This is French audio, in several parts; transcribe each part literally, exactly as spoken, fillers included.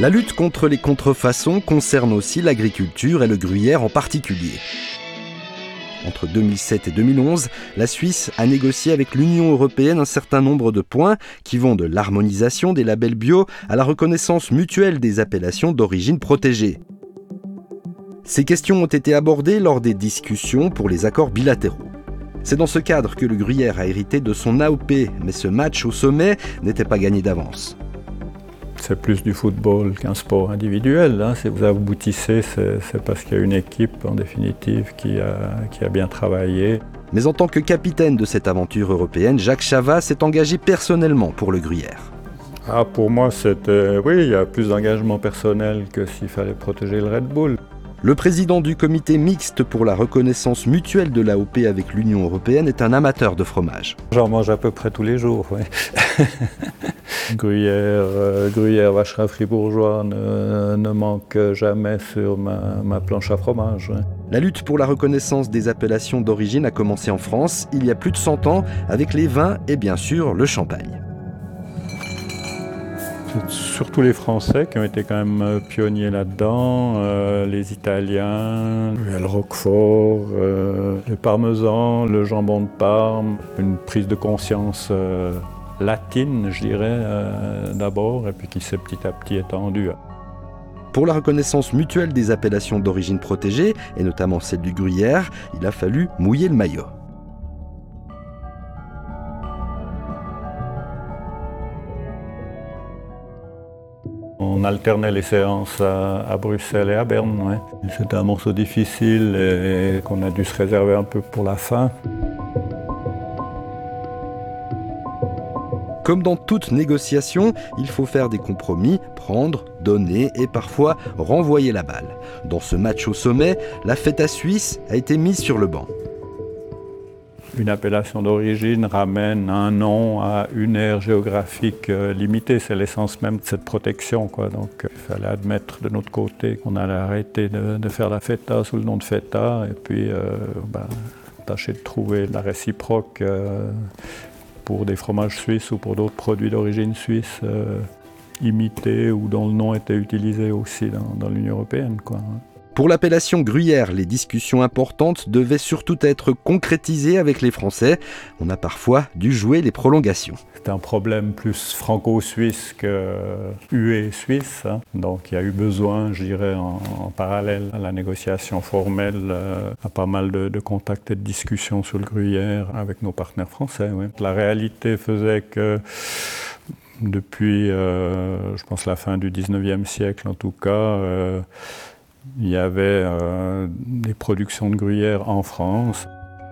La lutte contre les contrefaçons concerne aussi l'agriculture et le gruyère en particulier. Entre deux mille sept et deux mille onze, la Suisse a négocié avec l'Union européenne un certain nombre de points qui vont de l'harmonisation des labels bio à la reconnaissance mutuelle des appellations d'origine protégée. Ces questions ont été abordées lors des discussions pour les accords bilatéraux. C'est dans ce cadre que le gruyère a hérité de son A O P, mais ce match au sommet n'était pas gagné d'avance. C'est plus du football qu'un sport individuel. Hein. Si vous aboutissez, c'est, c'est parce qu'il y a une équipe, en définitive, qui a, qui a bien travaillé. Mais en tant que capitaine de cette aventure européenne, Jacques Chavat s'est engagé personnellement pour le gruyère. Ah, pour moi, c'était, oui, il y a plus d'engagement personnel que s'il fallait protéger le Red Bull. Le président du comité mixte pour la reconnaissance mutuelle de l'A O P avec l'Union européenne est un amateur de fromage. J'en mange à peu près tous les jours, oui. Gruyère, euh, gruyère vacherin fribourgeois ne, ne manque jamais sur ma, ma planche à fromage. Ouais. La lutte pour la reconnaissance des appellations d'origine a commencé en France il y a plus de cent ans avec les vins et bien sûr le champagne. C'est surtout les Français qui ont été quand même pionniers là-dedans, euh, les Italiens, le Roquefort, euh, le parmesan, le jambon de Parme, une prise de conscience euh, latine, je dirais, euh, d'abord, et puis qui s'est petit à petit étendue. Pour la reconnaissance mutuelle des appellations d'origine protégée, et notamment celle du gruyère, il a fallu mouiller le maillot. On alternait les séances à, à Bruxelles et à Berne. Ouais. C'était un morceau difficile et, et qu'on a dû se réserver un peu pour la fin. Comme dans toute négociation, il faut faire des compromis, prendre, donner et parfois renvoyer la balle. Dans ce match au sommet, la feta suisse a été mise sur le banc. Une appellation d'origine ramène un nom à une aire géographique limitée. C'est l'essence même de cette protection, quoi. Donc il fallait admettre de notre côté qu'on allait arrêter de, de faire la feta sous le nom de feta et puis euh, ben, tâcher de trouver la réciproque euh, pour des fromages suisses ou pour d'autres produits d'origine suisse euh, imités ou dont le nom était utilisé aussi dans, dans l'Union européenne, quoi. Pour l'appellation gruyère, les discussions importantes devaient surtout être concrétisées avec les Français. On a parfois dû jouer les prolongations. C'est un problème plus franco-suisse que hué-suisse. Hein. Donc il y a eu besoin, je dirais, en, en parallèle à la négociation formelle, euh, à pas mal de, de contacts et de discussions sur le gruyère avec nos partenaires français. Ouais. La réalité faisait que depuis, euh, je pense, la fin du dix-neuvième siècle en tout cas, euh, il y avait euh, des productions de gruyère en France.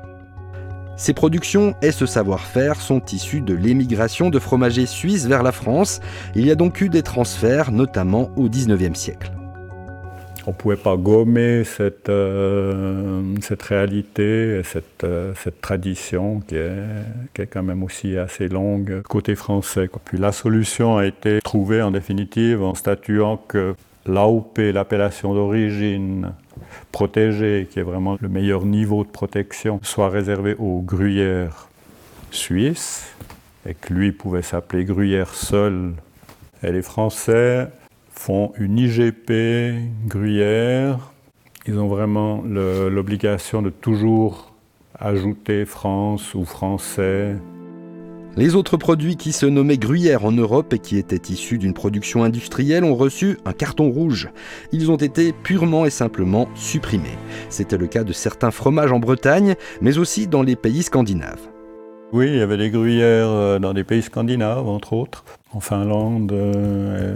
Ces productions et ce savoir-faire sont issus de l'émigration de fromagers suisses vers la France. Il y a donc eu des transferts, notamment au dix-neuvième siècle. On ne pouvait pas gommer cette, euh, cette réalité, cette, euh, cette tradition qui est, qui est quand même aussi assez longue côté français. Puis la solution a été trouvée en définitive en statuant que l'A O P, l'appellation d'origine protégée, qui est vraiment le meilleur niveau de protection, soit réservé aux gruyères suisses, et que lui pouvait s'appeler gruyère seul. Et les Français font une I G P gruyère. Ils ont vraiment le, l'obligation de toujours ajouter France ou français. Les autres produits qui se nommaient gruyère en Europe et qui étaient issus d'une production industrielle ont reçu un carton rouge. Ils ont été purement et simplement supprimés. C'était le cas de certains fromages en Bretagne, mais aussi dans les pays scandinaves. Oui, il y avait des gruyères dans des pays scandinaves, entre autres. En Finlande, euh,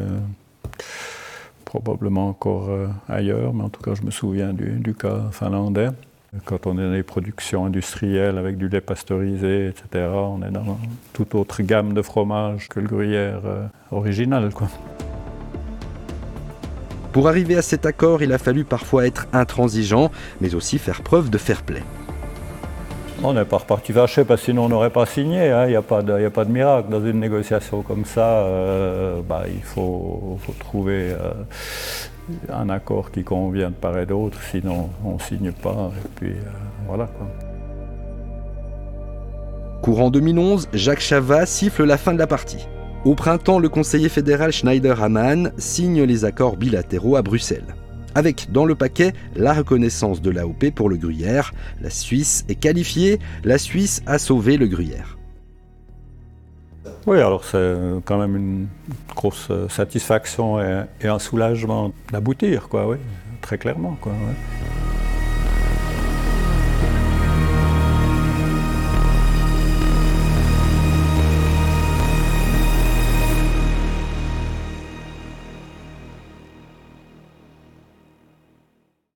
probablement encore ailleurs, mais en tout cas je me souviens du, du cas finlandais. Quand on est dans les productions industrielles avec du lait pasteurisé, et cetera, on est dans toute autre gamme de fromages que le gruyère euh, original, quoi. Pour arriver à cet accord, il a fallu parfois être intransigeant, mais aussi faire preuve de fair-play. On n'est pas reparti fâché parce que sinon on n'aurait pas signé. Hein. Il n'y a pas de, il n'y a pas de miracle. Dans une négociation comme ça, euh, bah, il faut, faut trouver euh, un accord qui convient de part et d'autre, sinon on ne signe pas. Et puis euh, voilà, quoi. Courant deux mille onze, Jacques Chavat siffle la fin de la partie. Au printemps, le conseiller fédéral Schneider-Hamann signe les accords bilatéraux à Bruxelles. Avec, dans le paquet, la reconnaissance de l'A O P pour le gruyère. La Suisse est qualifiée, la Suisse a sauvé le gruyère. Oui, alors c'est quand même une grosse satisfaction et, et un soulagement d'aboutir, quoi, oui, très clairement, quoi. Ouais.